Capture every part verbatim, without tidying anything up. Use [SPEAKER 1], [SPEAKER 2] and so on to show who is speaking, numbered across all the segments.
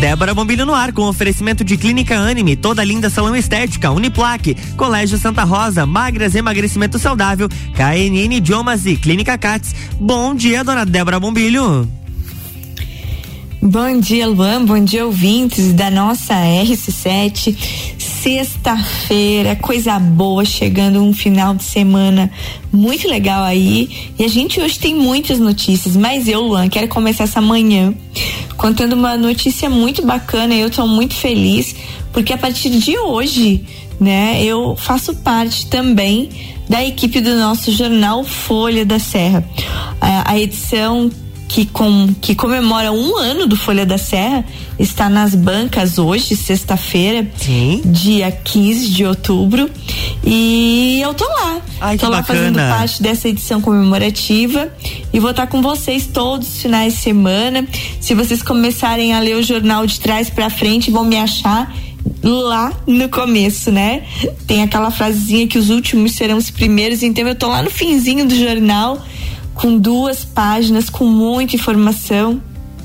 [SPEAKER 1] Débora Bombilho no ar, com oferecimento de Clínica Anime, toda linda salão estética, Uniplaque, Colégio Santa Rosa, Magras Emagrecimento Saudável, K N N Idiomas e Clínica Cats. Bom dia, dona Débora Bombilho.
[SPEAKER 2] Bom dia, Luan, bom dia, ouvintes da nossa R C sete. Sexta-feira, coisa boa, chegando um final de semana muito legal aí, e a gente hoje tem muitas notícias, mas eu, Luan, quero começar essa manhã contando uma notícia muito bacana. Eu tô muito feliz, porque a partir de hoje, né, eu faço parte também da equipe do nosso jornal Folha da Serra. A, a edição Que, com, que comemora um ano do Folha da Serra está nas bancas hoje, sexta-feira, dia quinze de outubro, e eu tô lá.
[SPEAKER 1] Ai,
[SPEAKER 2] tô lá
[SPEAKER 1] bacana.
[SPEAKER 2] Fazendo parte dessa edição comemorativa e vou estar com vocês todos os finais de semana. Se vocês começarem a ler o jornal de trás pra frente, vão me achar lá no começo, né? Tem aquela frasezinha que os últimos serão os primeiros, então eu tô lá no finzinho do jornal, com duas páginas, com muita informação,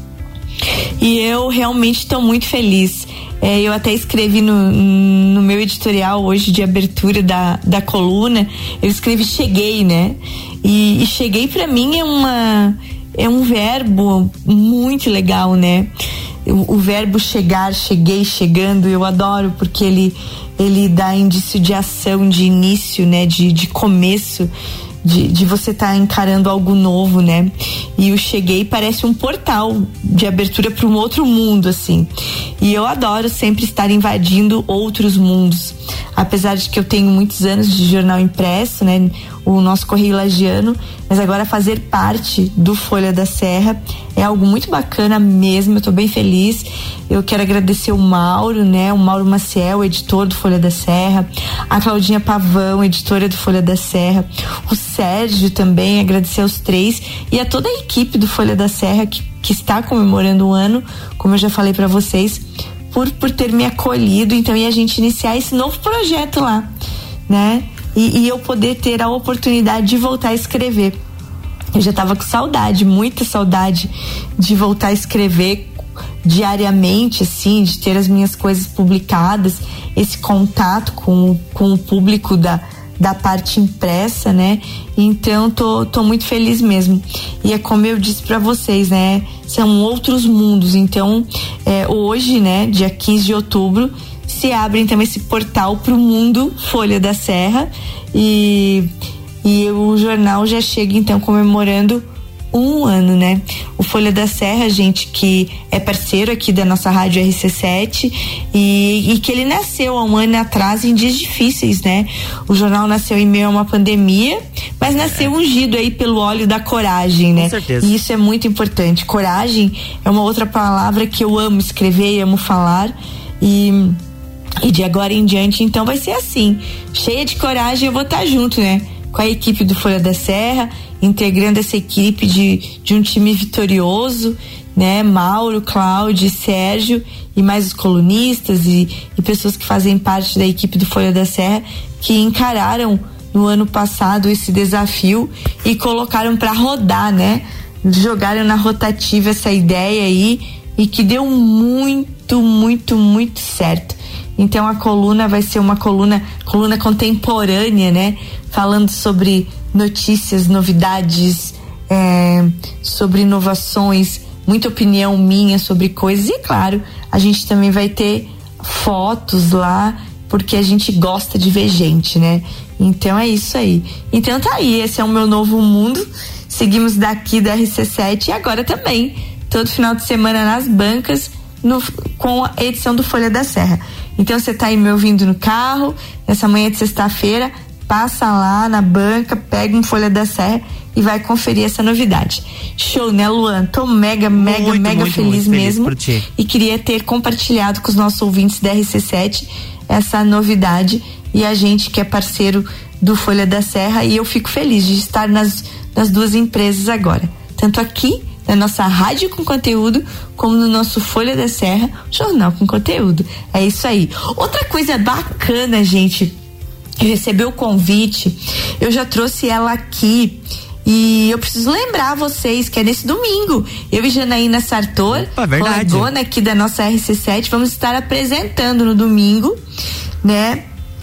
[SPEAKER 2] e eu realmente estou muito feliz. É, eu até escrevi no, no meu editorial hoje de abertura da, da coluna, eu escrevi cheguei, né? E, e cheguei pra mim é uma é um verbo muito legal, né? O, o verbo chegar, cheguei, chegando, eu adoro, porque ele ele dá indício de ação, de início, né? De, de começo. De, de você estar tá encarando algo novo, né? E o cheguei parece um portal de abertura para um outro mundo, assim. E eu adoro sempre estar invadindo outros mundos. Apesar de que eu tenho muitos anos de jornal impresso, né? O nosso Correio Lagiano, mas agora fazer parte do Folha da Serra é algo muito bacana mesmo. Eu tô bem feliz. Eu quero agradecer o Mauro, né? O Mauro Maciel, editor do Folha da Serra, a Claudinha Pavão, editora do Folha da Serra, o Sérgio também, agradecer aos três e a toda a equipe do Folha da Serra que, que está comemorando o ano, como eu já falei para vocês, por, por ter me acolhido, então, e a gente iniciar esse novo projeto lá, né? E, e eu poder ter a oportunidade de voltar a escrever. Eu já tava com saudade, muita saudade de voltar a escrever diariamente, assim, de ter as minhas coisas publicadas, esse contato com, com o público da, da parte impressa, né? Então tô, tô muito feliz mesmo. E é como eu disse pra vocês, né? São outros mundos. Então, é, hoje, né, dia quinze de outubro, se abre então esse portal pro mundo Folha da Serra, e, e o jornal já chega então comemorando um ano, né? O Folha da Serra, gente, que é parceiro aqui da nossa rádio R C sete, e, e que ele nasceu há um ano atrás em dias difíceis, né? O jornal nasceu em meio a uma pandemia, mas nasceu ungido aí pelo óleo da coragem, né?
[SPEAKER 1] Com certeza.
[SPEAKER 2] E isso é muito importante. Coragem é uma outra palavra que eu amo escrever e amo falar, e E de agora em diante, então, vai ser assim, cheia de coragem. Eu vou estar junto, né, com a equipe do Folha da Serra, integrando essa equipe de, de um time vitorioso, né, Mauro, Cláudio, Sérgio e mais os colunistas e, e pessoas que fazem parte da equipe do Folha da Serra, que encararam no ano passado esse desafio e colocaram para rodar, né, jogaram na rotativa essa ideia aí, e que deu muito, muito, muito certo. Então a coluna vai ser uma coluna, coluna contemporânea, né? Falando sobre notícias, novidades, é, sobre inovações, muita opinião minha sobre coisas. E claro, a gente também vai ter fotos lá, porque a gente gosta de ver gente, né? Então é isso aí. Então tá aí, esse é o meu novo mundo. Seguimos daqui da R C sete e agora também, todo final de semana nas bancas, no, com a edição do Folha da Serra. Então você tá aí me ouvindo no carro, nessa manhã de sexta-feira, passa lá na banca, pega um Folha da Serra e vai conferir essa novidade. Show, né, Luan? Tô mega, mega,
[SPEAKER 1] muito,
[SPEAKER 2] mega
[SPEAKER 1] muito,
[SPEAKER 2] feliz,
[SPEAKER 1] muito
[SPEAKER 2] mesmo.
[SPEAKER 1] Feliz por ti.
[SPEAKER 2] E queria ter compartilhado com os nossos ouvintes da R C sete essa novidade, e a gente que é parceiro do Folha da Serra, e eu fico feliz de estar nas, nas duas empresas agora. Tanto aqui na nossa rádio com conteúdo, como no nosso Folha da Serra, jornal com conteúdo. É isso aí. Outra coisa bacana, gente, eu recebi o convite, eu já trouxe ela aqui E eu preciso lembrar vocês que é nesse domingo. Eu e Janaína Sartor, colegona aqui da nossa R C sete, vamos estar apresentando no domingo, né?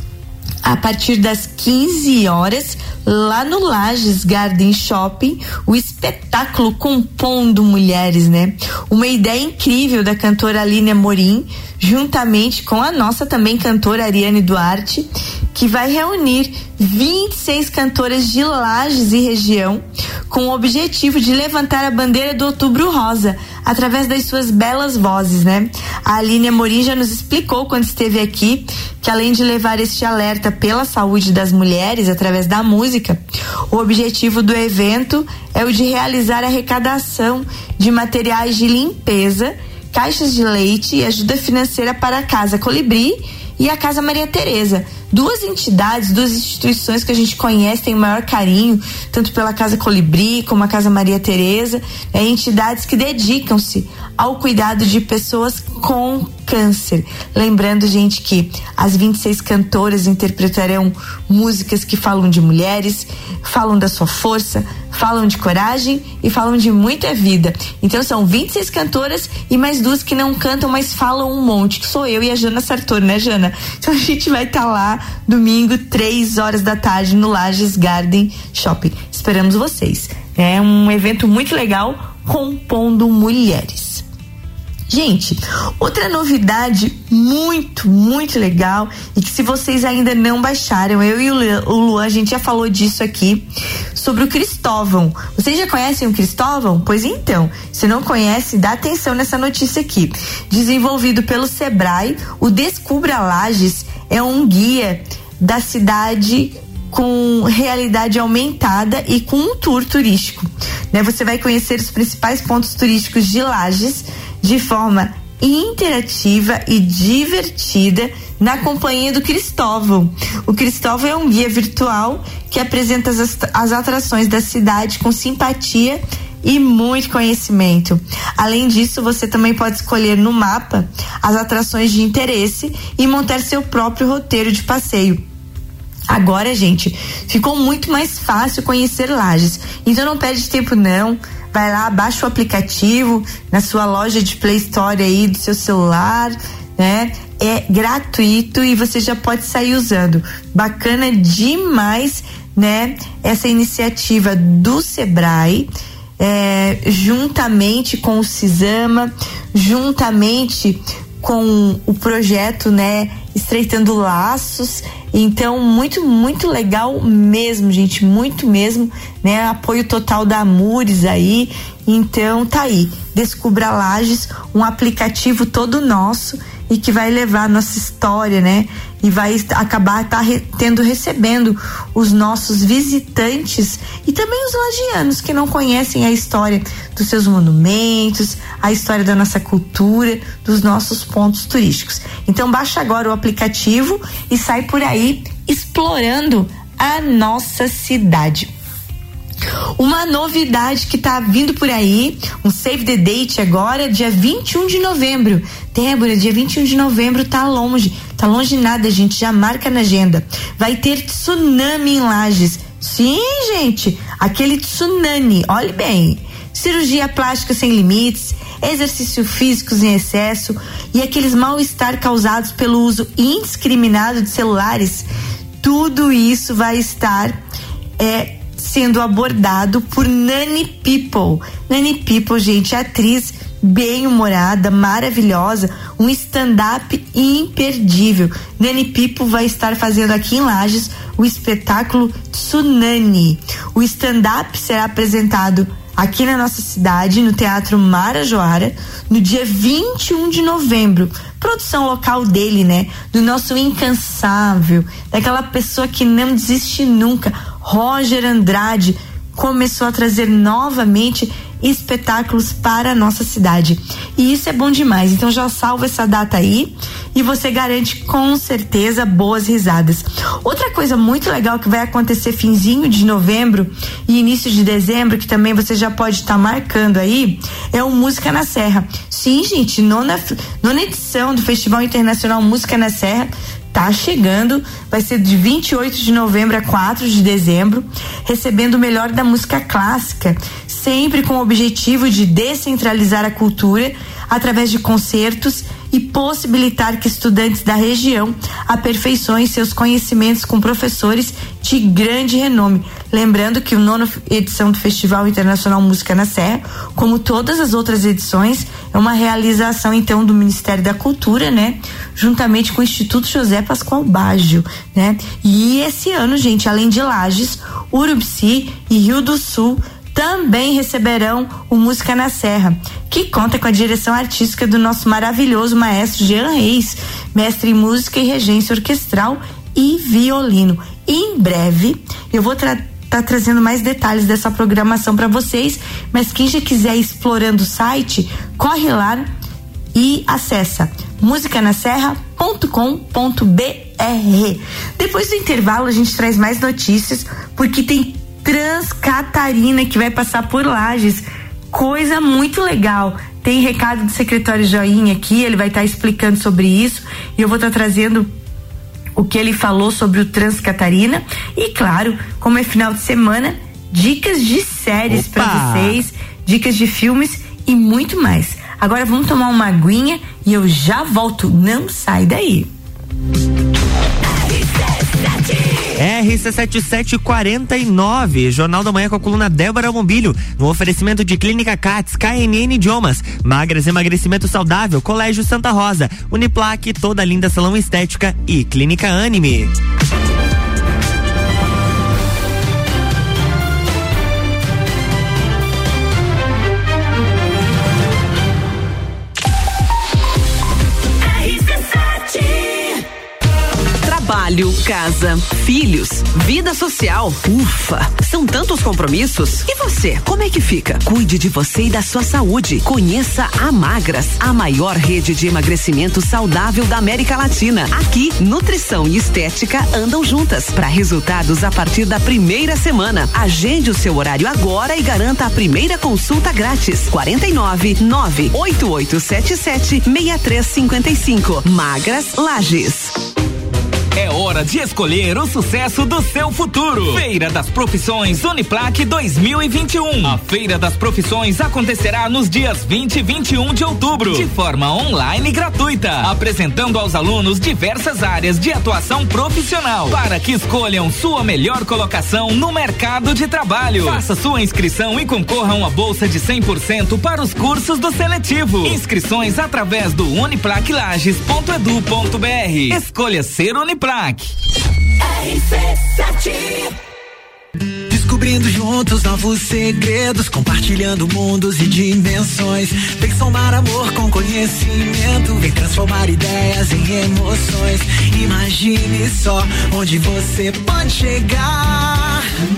[SPEAKER 2] A partir das quinze horas, lá no Lages Garden Shopping, o espetáculo Compondo Mulheres, né? Uma ideia incrível da cantora Aline Amorim, juntamente com a nossa também cantora Ariane Duarte, que vai reunir vinte e seis cantoras de Lages e região, com o objetivo de levantar a bandeira do Outubro Rosa, através das suas belas vozes, né? A Aline Amorim já nos explicou quando esteve aqui que, além de levar este alerta pela saúde das mulheres através da música, o objetivo do evento é o de realizar a arrecadação de materiais de limpeza, caixas de leite e ajuda financeira para a Casa Colibri e a Casa Maria Tereza, duas entidades, duas instituições que a gente conhece, tem o maior carinho, tanto pela Casa Colibri como a Casa Maria Tereza, é, entidades que dedicam-se ao cuidado de pessoas com câncer. Lembrando, gente, que as vinte e seis cantoras interpretarão músicas que falam de mulheres, falam da sua força, falam de coragem e falam de muita vida. Então são vinte e seis cantoras e mais duas que não cantam, mas falam um monte, que sou eu e a Jana Sartor, né, Jana? Então a gente vai estar tá lá domingo, três horas da tarde, no Lages Garden Shopping. Esperamos vocês. É um evento muito legal, Compondo Mulheres. Gente, outra novidade muito, muito legal, e que se vocês ainda não baixaram, eu e o Luan, a gente já falou disso aqui, sobre o Cristóvão. Vocês já conhecem o Cristóvão? Pois então, se não conhece, dá atenção nessa notícia aqui. Desenvolvido pelo Sebrae, o Descubra Lages é um guia da cidade com realidade aumentada e com um tour turístico, né? Você vai conhecer os principais pontos turísticos de Lages de forma interativa e divertida na companhia do Cristóvão. O Cristóvão é um guia virtual que apresenta as, as atrações da cidade com simpatia e muito conhecimento. Além disso, você também pode escolher no mapa as atrações de interesse e montar seu próprio roteiro de passeio. Agora, gente, ficou muito mais fácil conhecer Lages. Então não perde tempo não. Vai lá, baixa o aplicativo na sua loja de Play Store aí do seu celular, né? É gratuito e você já pode sair usando. Bacana demais, né? Essa iniciativa do Sebrae, é, juntamente com o Cisama, juntamente com o projeto, né? Estreitando Laços. Então, muito, muito legal mesmo, gente, muito mesmo, né? Apoio total da Amures aí. Então, tá aí, Descubra Lages, um aplicativo todo nosso e que vai levar a nossa história, né? E vai acabar tá re, tendo, recebendo os nossos visitantes e também os lagianos que não conhecem a história dos seus monumentos, a história da nossa cultura, dos nossos pontos turísticos. Então baixa agora o aplicativo e sai por aí explorando a nossa cidade. Uma novidade que tá vindo por aí, um save the date agora, dia vinte e um de novembro. Débora, dia vinte e um de novembro tá longe, tá longe nada, gente, já marca na agenda. Vai ter tsunami em Lages. Sim, gente, aquele tsunami, olhe bem. Cirurgia plástica sem limites, exercício físico em excesso e aqueles mal-estar causados pelo uso indiscriminado de celulares. Tudo isso vai estar é, sendo abordado por Nani People. Nani People, gente, atriz bem-humorada, maravilhosa, um stand-up imperdível. Nani People vai estar fazendo aqui em Lages o espetáculo Tsunami. O stand-up será apresentado aqui na nossa cidade, no Teatro Marajoara, no dia vinte e um de novembro. Produção local dele, né? Do nosso incansável, daquela pessoa que não desiste nunca, Roger Andrade, começou a trazer novamente espetáculos para a nossa cidade. E isso é bom demais. Então já salva essa data aí e você garante com certeza boas risadas. Outra coisa muito legal que vai acontecer finzinho de novembro e início de dezembro, que também você já pode estar tá marcando aí, é o Música na Serra. Sim, gente, nona, nona edição do Festival Internacional Música na Serra tá chegando, vai ser de vinte e oito de novembro a quatro de dezembro, recebendo o melhor da música clássica, sempre com o objetivo de descentralizar a cultura através de concertos e possibilitar que estudantes da região aperfeiçoem seus conhecimentos com professores de grande renome. Lembrando que a nona edição do Festival Internacional Música na Serra, como todas as outras edições, é uma realização então do Ministério da Cultura, né? Juntamente com o Instituto José Pascoal Baggio, né? E esse ano, gente, além de Lages, Urubici e Rio do Sul também receberão o Música na Serra, que conta com a direção artística do nosso maravilhoso maestro Jean Reis, mestre em música e regência orquestral e violino. E em breve eu vou tra- tá trazendo mais detalhes dessa programação para vocês, mas quem já quiser ir explorando o site, corre lá e acessa música na serra ponto com ponto b r. Depois do intervalo a gente traz mais notícias, porque tem Transcatarina que vai passar por Lages, coisa muito legal. Tem recado do secretário Joinha aqui, ele vai estar tá explicando sobre isso e eu vou estar tá trazendo o que ele falou sobre o Transcatarina e, claro, como é final de semana, dicas de séries para vocês, dicas de filmes e muito mais. Agora vamos tomar uma aguinha e eu já volto, não sai daí.
[SPEAKER 1] R C sete sete quarenta e nove, Jornal da Manhã com a coluna Débora Bombilho, no oferecimento de Clínica Cats, K N N Idiomas, Magras Emagrecimento Saudável, Colégio Santa Rosa, Uniplaque, Toda Linda Salão Estética e Clínica Anime.
[SPEAKER 3] Trabalho, casa, filhos, vida social. Ufa, são tantos compromissos. E você, como é que fica? Cuide de você e da sua saúde. Conheça a Magras, a maior rede de emagrecimento saudável da América Latina. Aqui, nutrição e estética andam juntas para resultados a partir da primeira semana. Agende o seu horário agora e garanta a primeira consulta grátis. quarenta e nove, nove oito oito sete sete, seis três cinco cinco. Magras Lages.
[SPEAKER 4] É hora de escolher o sucesso do seu futuro. Feira das Profissões Uniplaque dois mil e vinte e um. A Feira das Profissões acontecerá nos dias vinte e vinte e um de outubro, de forma online e gratuita, apresentando aos alunos diversas áreas de atuação profissional para que escolham sua melhor colocação no mercado de trabalho. Faça sua inscrição e concorra a uma bolsa de cem por cento para os cursos do seletivo. Inscrições através do uniplaque lages ponto edu ponto br. Escolha ser Uniplaque.
[SPEAKER 5] R C sete. Descobrindo juntos novos segredos, compartilhando mundos e dimensões. Vem somar amor com conhecimento, vem transformar ideias em emoções. Imagine só onde você pode chegar.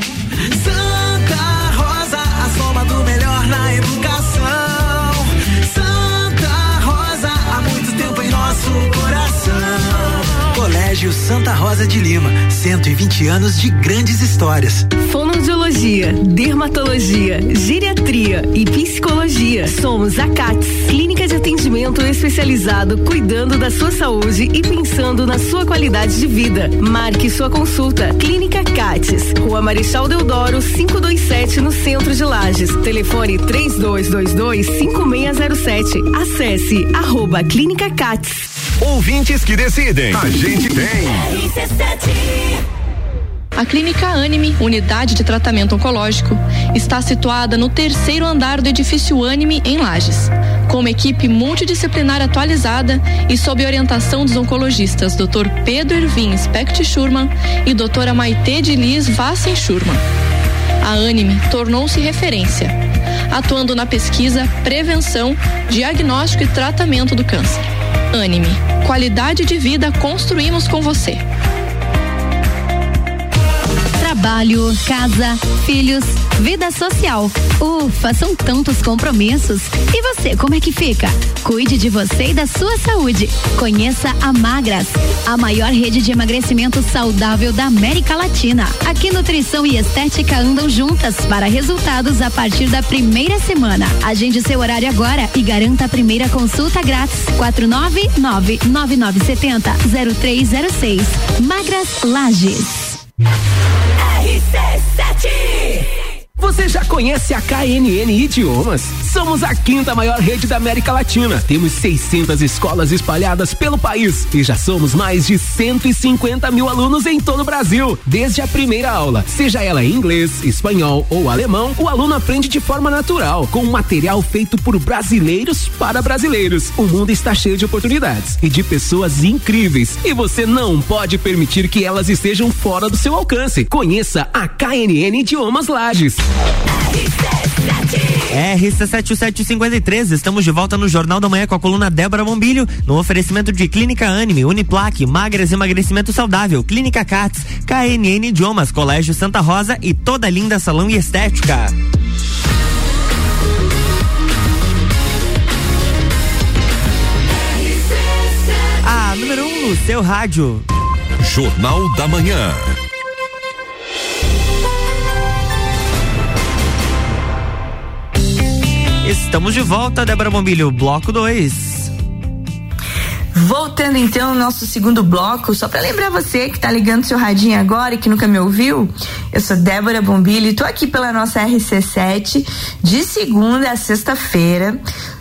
[SPEAKER 5] Santa Rosa, a soma do melhor na educação. Santa Rosa, há muito tempo em nosso coração. Colégio Santa Rosa de Lima, cento e vinte anos de grandes histórias.
[SPEAKER 3] Fonoaudiologia, dermatologia, geriatria e psicologia. Somos a Cats, clínica de atendimento especializado, cuidando da sua saúde e pensando na sua qualidade de vida. Marque sua consulta. Clínica Cats, Rua Marechal Deodoro, quinhentos e vinte e sete, no centro de Lages. Telefone três dois dois dois, cinco seis zero sete. Acesse arroba Clínica Cats.
[SPEAKER 6] Ouvintes que decidem. A gente tem.
[SPEAKER 5] R C sete.
[SPEAKER 7] A Clínica Anime, unidade de tratamento oncológico, está situada no terceiro andar do edifício Anime, em Lages. Com uma equipe multidisciplinar atualizada e sob orientação dos oncologistas doutor Pedro Ervin Specht Schurman e doutora Maite de Liz Vassen Schurman. A Anime tornou-se referência, atuando na pesquisa, prevenção, diagnóstico e tratamento do câncer. Anime, qualidade de vida construímos com você.
[SPEAKER 8] Trabalho, casa, filhos, vida social. Ufa, são tantos compromissos. E você, como é que fica? Cuide de você e da sua saúde. Conheça a Magras, a maior rede de emagrecimento saudável da América Latina. Aqui nutrição e estética andam juntas para resultados a partir da primeira semana. Agende seu horário agora e garanta a primeira consulta grátis. quatro nove nove, nove nove sete zero, zero três zero seis. Magras Lages.
[SPEAKER 9] R C sete. Você já conhece a K N N Idiomas? Somos a quinta maior rede da América Latina. Temos seiscentas escolas espalhadas pelo país e já somos mais de cento e cinquenta mil alunos em todo o Brasil. Desde a primeira aula, seja ela em inglês, espanhol ou alemão, o aluno aprende de forma natural, com material feito por brasileiros para brasileiros. O mundo está cheio de oportunidades e de pessoas incríveis e você não pode permitir que elas estejam fora do seu alcance. Conheça a K N N Idiomas Lages.
[SPEAKER 1] R C sete sete cinquenta e três, estamos de volta no Jornal da Manhã com a coluna Débora Bombilho, no oferecimento de Clínica Anime, Uniplaque, Magras Emagrecimento Saudável, Clínica Cats, K N N Idiomas, Colégio Santa Rosa e Toda Linda Salão e Estética. A número um no seu rádio.
[SPEAKER 6] Jornal da Manhã.
[SPEAKER 1] Estamos de volta, Débora Bombilho, bloco dois.
[SPEAKER 2] Voltando então ao nosso segundo bloco, só para lembrar você que tá ligando seu radinho agora e que nunca me ouviu, eu sou Débora Bombilho e tô aqui pela nossa R C sete de segunda a sexta-feira,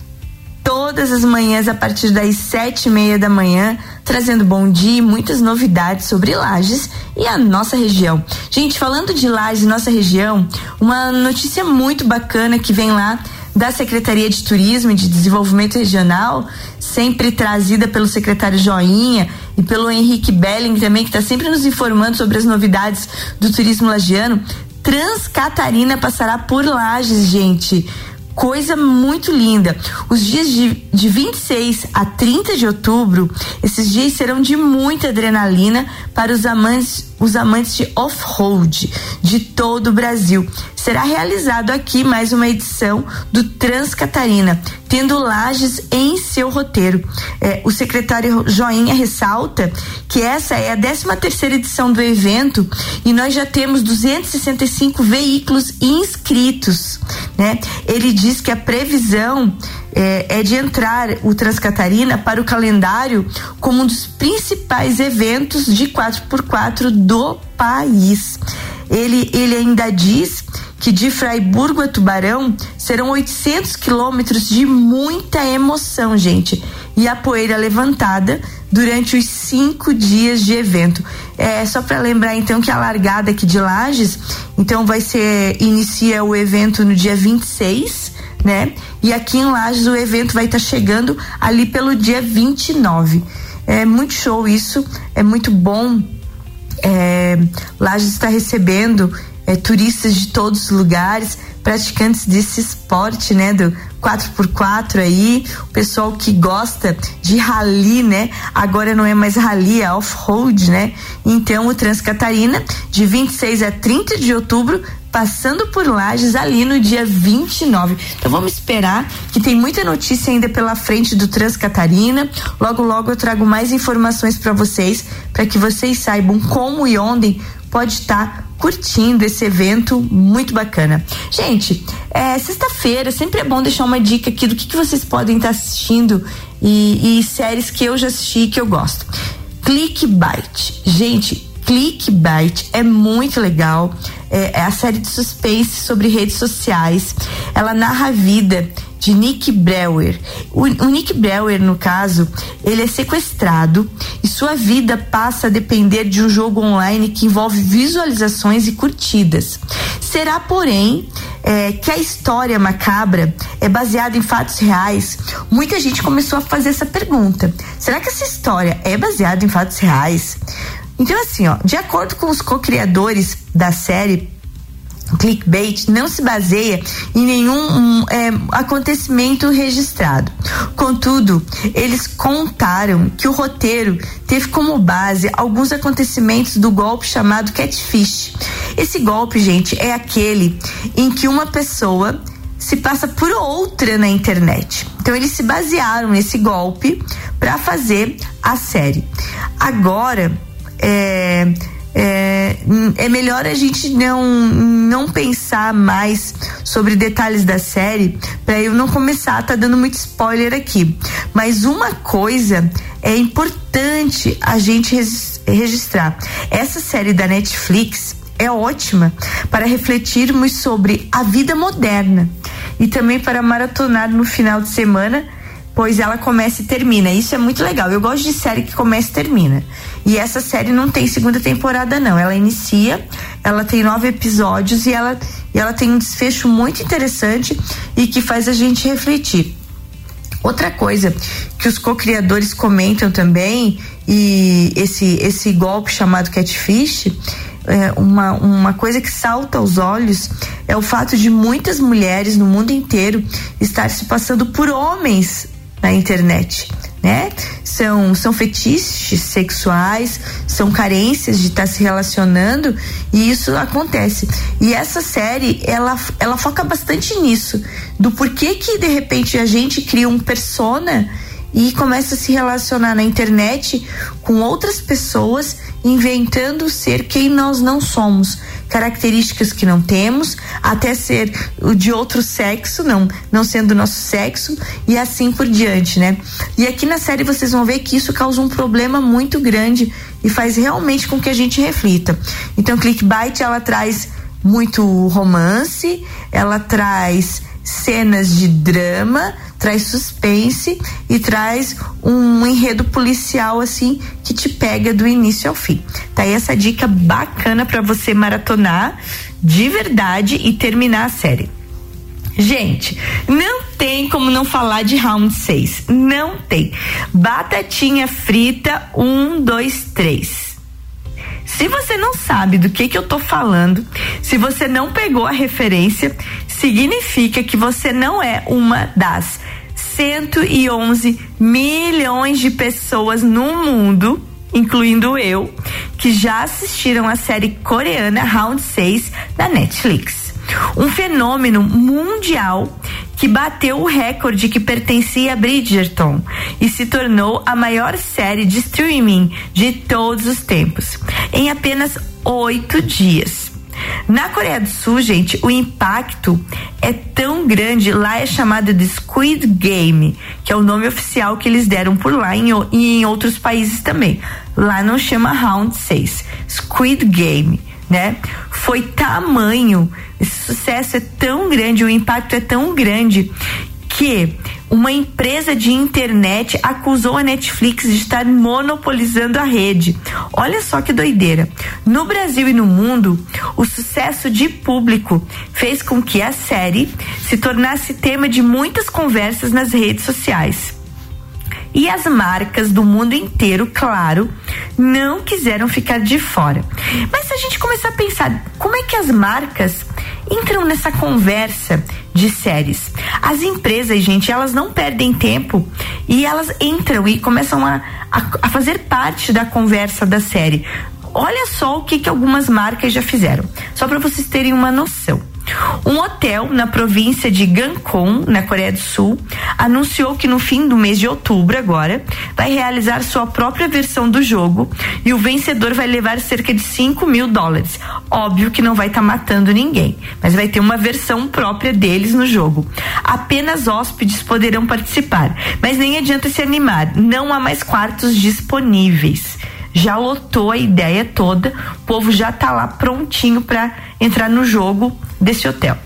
[SPEAKER 2] todas as manhãs a partir das sete e meia da manhã, trazendo bom dia e muitas novidades sobre Lages e a nossa região. Gente, falando de Lages e nossa região, uma notícia muito bacana que vem lá da Secretaria de Turismo e de Desenvolvimento Regional, sempre trazida pelo secretário Joinha e pelo Henrique Belling também, que está sempre nos informando sobre as novidades do turismo lagiano. Transcatarina passará por Lages, gente. Coisa muito linda. Os dias de, de vinte e seis a trinta de outubro, esses dias serão de muita adrenalina para os amantes, os amantes de off-road de todo o Brasil. Será realizado aqui mais uma edição do Transcatarina, tendo Lages em seu roteiro. É, o secretário Joinha ressalta que essa é a décima terceira edição do evento e nós já temos duzentos e sessenta e cinco veículos inscritos, né? Ele diz que a previsão é, é de entrar o Transcatarina para o calendário como um dos principais eventos de quatro por quatro do país. Ele, ele ainda diz que de Fraiburgo a Tubarão serão oitocentos quilômetros de muita emoção, gente, e a poeira levantada durante os cinco dias de evento. É só para lembrar então que a largada aqui de Lages, então vai ser, inicia o evento no dia vinte e seis, né? E aqui em Lages o evento vai estar tá chegando ali pelo dia vinte e nove. É muito show isso, é muito bom. É, Lages está recebendo é, turistas de todos os lugares, praticantes desse esporte, né, do quatro por quatro aí, o pessoal que gosta de rally, né, agora não é mais rally, é off-road, né, então o Transcatarina de vinte e seis a trinta de outubro, passando por Lages ali no dia vinte e nove. Então vamos esperar, que tem muita notícia ainda pela frente do Transcatarina. Logo, logo eu trago mais informações para vocês, para que vocês saibam como e onde pode estar curtindo esse evento muito bacana. Gente, é, sexta-feira sempre é bom deixar uma dica aqui do que, que vocês podem estar assistindo e, e séries que eu já assisti e que eu gosto. Clickbait. Gente, Clickbait é muito legal. É, é a série de suspense sobre redes sociais. Ela narra a vida de Nick Brewer. O, o Nick Brewer, no caso, ele é sequestrado e sua vida passa a depender de um jogo online que envolve visualizações e curtidas. Será, porém, é, que a história macabra é baseada em fatos reais? Muita gente começou a fazer essa pergunta. Será que essa história é baseada em fatos reais? Então, assim, ó, de acordo com os co-criadores da série, O clickbait não se baseia em nenhum um, é, acontecimento registrado. Contudo, eles contaram que o roteiro teve como base alguns acontecimentos do golpe chamado catfish. Esse golpe, gente, é aquele em que uma pessoa se passa por outra na internet. Então eles se basearam nesse golpe para fazer a série. Agora, é... É, é melhor a gente não, não pensar mais sobre detalhes da série para eu não começar a tá dando muito spoiler aqui. Mas uma coisa é importante a gente registrar: essa série da Netflix é ótima para refletirmos sobre a vida moderna e também para maratonar no final de semana, pois ela começa e termina. Isso é muito legal. Eu gosto de série que começa e termina. E essa série não tem segunda temporada, não. Ela inicia, ela tem nove episódios e ela, e ela tem um desfecho muito interessante e que faz a gente refletir. Outra coisa que os co-criadores comentam também, e esse, esse golpe chamado catfish, é uma, uma coisa que salta aos olhos é o fato de muitas mulheres no mundo inteiro estar se passando por homens na internet, né? São, são fetiches sexuais, são carências de estar se relacionando, e isso acontece. E essa série, ela, ela foca bastante nisso, do porquê que de repente a gente cria um persona e começa a se relacionar na internet com outras pessoas, inventando ser quem nós não somos, características que não temos, até ser de outro sexo, não, não sendo nosso sexo, e assim por diante, né? E aqui na série vocês vão ver que isso causa um problema muito grande e faz realmente com que a gente reflita. Então, Clickbait, ela traz muito romance, ela traz cenas de drama, traz suspense e traz um enredo policial assim que te pega do início ao fim. Tá aí essa dica bacana para você maratonar de verdade e terminar a série. Gente, não tem como não falar de Round seis. Não tem. Batatinha frita, um, dois, três. Se você não sabe do que que eu tô falando, se você não pegou a referência, significa que você não é uma das cento e onze milhões de pessoas no mundo, incluindo eu, que já assistiram a série coreana Round seis da Netflix. Um fenômeno mundial que bateu o recorde que pertencia a Bridgerton e se tornou a maior série de streaming de todos os tempos, em apenas oito dias. Na Coreia do Sul, gente, o impacto é tão grande, lá é chamado de Squid Game, que é o nome oficial que eles deram por lá e em, em outros países também. Lá não chama Round seis, Squid Game, né? Foi tamanho, esse sucesso é tão grande, o impacto é tão grande que uma empresa de internet acusou a Netflix de estar monopolizando a rede. Olha só que doideira. No Brasil e no mundo, o sucesso de público fez com que a série se tornasse tema de muitas conversas nas redes sociais. E as marcas do mundo inteiro, claro, não quiseram ficar de fora. Mas se a gente começar a pensar, como é que as marcas entram nessa conversa de séries? As empresas, gente, elas não perdem tempo e elas entram e começam a, a, a fazer parte da conversa da série. Olha só o que, que algumas marcas já fizeram, só para vocês terem uma noção. Um hotel na província de Gangwon, na Coreia do Sul, anunciou que no fim do mês de outubro agora vai realizar sua própria versão do jogo e o vencedor vai levar cerca de cinco mil dólares. Óbvio que não vai estar tá matando ninguém, mas vai ter uma versão própria deles no jogo. Apenas hóspedes poderão participar, mas nem adianta se animar, não há mais quartos disponíveis. Já lotou a ideia toda, o povo já tá lá prontinho para entrar no jogo desse hotel.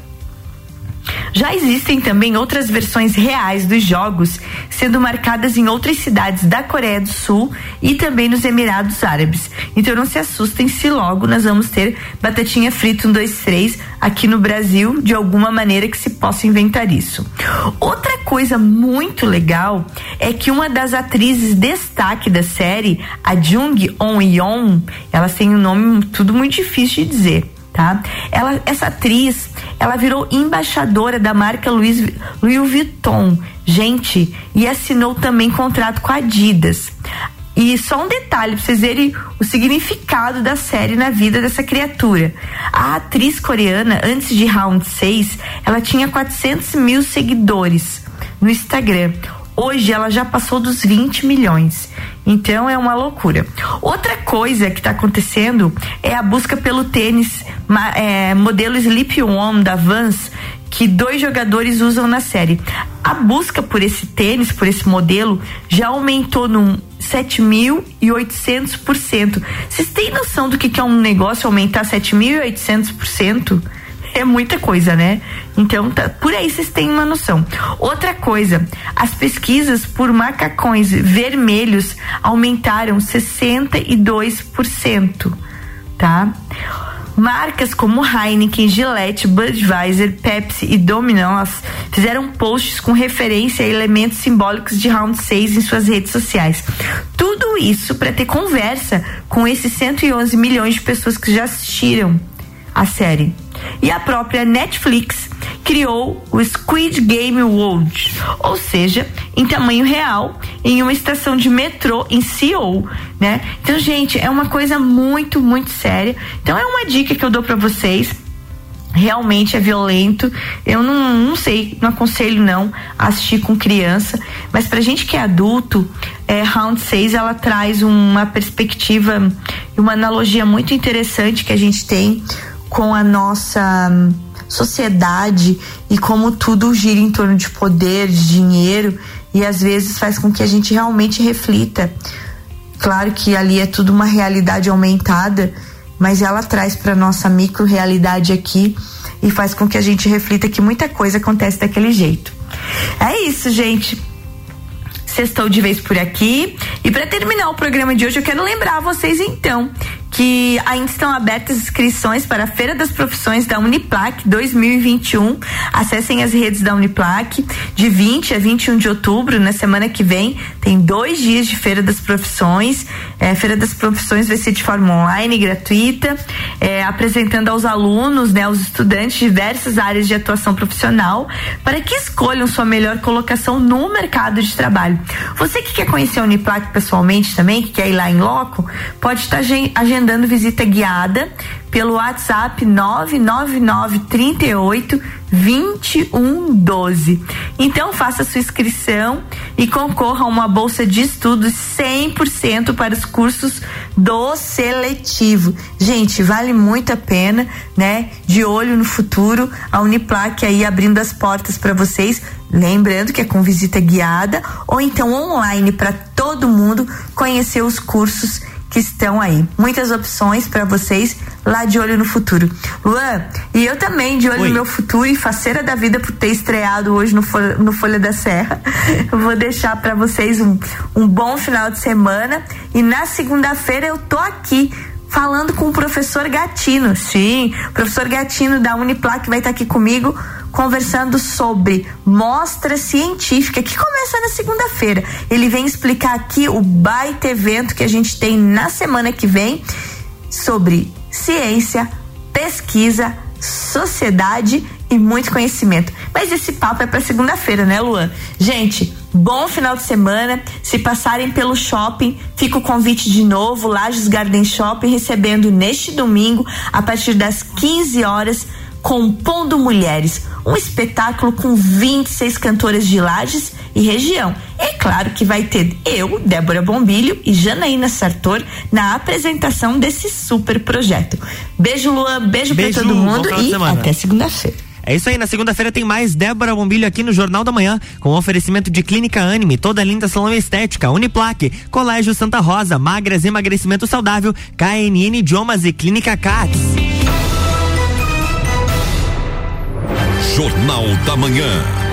[SPEAKER 2] Já existem também outras versões reais dos jogos sendo marcadas em outras cidades da Coreia do Sul e também nos Emirados Árabes. Então não se assustem se logo nós vamos ter Batatinha Frita um, dois, três aqui no Brasil, de alguma maneira que se possa inventar isso. Outra coisa muito legal é que uma das atrizes destaque da série, a Jung On-yeon, ela tem um nome tudo muito difícil de dizer, tá? Ela, essa atriz, ela virou embaixadora da marca Louis, Louis Vuitton, gente, e assinou também contrato com a Adidas. E só um detalhe pra vocês verem o significado da série na vida dessa criatura. A atriz coreana, antes de Round seis, ela tinha quatrocentos mil seguidores no Instagram. Hoje ela já passou dos vinte milhões. Então é uma loucura. Outra coisa que está acontecendo é a busca pelo tênis é, modelo Sleep On da Vans, que dois jogadores usam na série. A busca por esse tênis, por esse modelo, já aumentou num sete mil e oitocentos por cento. Vocês têm noção do que, que é um negócio aumentar sete mil e oitocentos por cento? É muita coisa, né? Então, tá, por aí vocês têm uma noção. Outra coisa, as pesquisas por macacões vermelhos aumentaram sessenta e dois por cento, tá? Marcas como Heineken, Gillette, Budweiser, Pepsi e Domino's fizeram posts com referência a elementos simbólicos de Round seis em suas redes sociais. Tudo isso para ter conversa com esses cento e onze milhões de pessoas que já assistiram a série. E a própria Netflix criou o Squid Game World, ou seja, em tamanho real, em uma estação de metrô em Seul, né? Então, gente, é uma coisa muito, muito séria. Então, é uma dica que eu dou pra vocês. Realmente é violento. Eu não, não sei, não aconselho não a assistir com criança, mas pra gente que é adulto, é, Round seis, ela traz uma perspectiva e uma analogia muito interessante que a gente tem com a nossa sociedade e como tudo gira em torno de poder, de dinheiro, e às vezes faz com que a gente realmente reflita. Claro que ali é tudo uma realidade aumentada, mas ela traz para nossa micro-realidade aqui e faz com que a gente reflita que muita coisa acontece daquele jeito. É isso, gente. Sextou de vez por aqui. E para terminar o programa de hoje, eu quero lembrar vocês então que ainda estão abertas inscrições para a Feira das Profissões da Uniplac dois mil e vinte e um. Acessem as redes da Uniplac. De vinte a vinte e um de outubro, na semana que vem, tem dois dias de Feira das Profissões. É, Feira das Profissões vai ser de forma online, gratuita, é, apresentando aos alunos, né, aos estudantes, diversas áreas de atuação profissional para que escolham sua melhor colocação no mercado de trabalho. Você que quer conhecer a Uniplac pessoalmente também, que quer ir lá em loco, pode estar agendando visita guiada pelo WhatsApp nove nove nove, trinta e oito, vinte e um, doze. Então faça sua inscrição e concorra a uma bolsa de estudos cem por cento para os cursos do seletivo. Gente, vale muito a pena, né? De olho no futuro, a Uniplac aí abrindo as portas para vocês. Lembrando que é com visita guiada ou então online para todo mundo conhecer os cursos que estão aí. Muitas opções para vocês lá de olho no futuro. Luan, e eu também de olho Oi. no meu futuro e faceira da vida por ter estreado hoje no Folha, no Folha da Serra. Eu vou deixar para vocês um, um bom final de semana e na segunda-feira eu tô aqui falando com o professor Gatino. Sim, o professor Gatino da Uniplac vai estar aqui comigo conversando sobre mostra científica que começa na segunda-feira. Ele vem explicar aqui o baita evento que a gente tem na semana que vem sobre ciência, pesquisa, sociedade e muito conhecimento. Mas esse papo é para segunda-feira, né, Luan? Gente, bom final de semana. Se passarem pelo shopping, fica o convite de novo, Lages Garden Shopping, recebendo neste domingo, a partir das quinze horas, Compondo Mulheres, um espetáculo com vinte e seis cantoras de Lages e região. É claro que vai ter eu, Débora Bombilho e Janaína Sartor na apresentação desse super projeto. Beijo, Luan, beijo, beijo pra todo Lu, mundo e até segunda-feira.
[SPEAKER 1] É isso aí, na segunda-feira tem mais Débora Bombilho aqui no Jornal da Manhã, com oferecimento de Clínica Anime, toda linda salão estética, Uniplac, Colégio Santa Rosa, Magras Emagrecimento Saudável, K N N Idiomas e Clínica Cats.
[SPEAKER 6] Jornal da Manhã.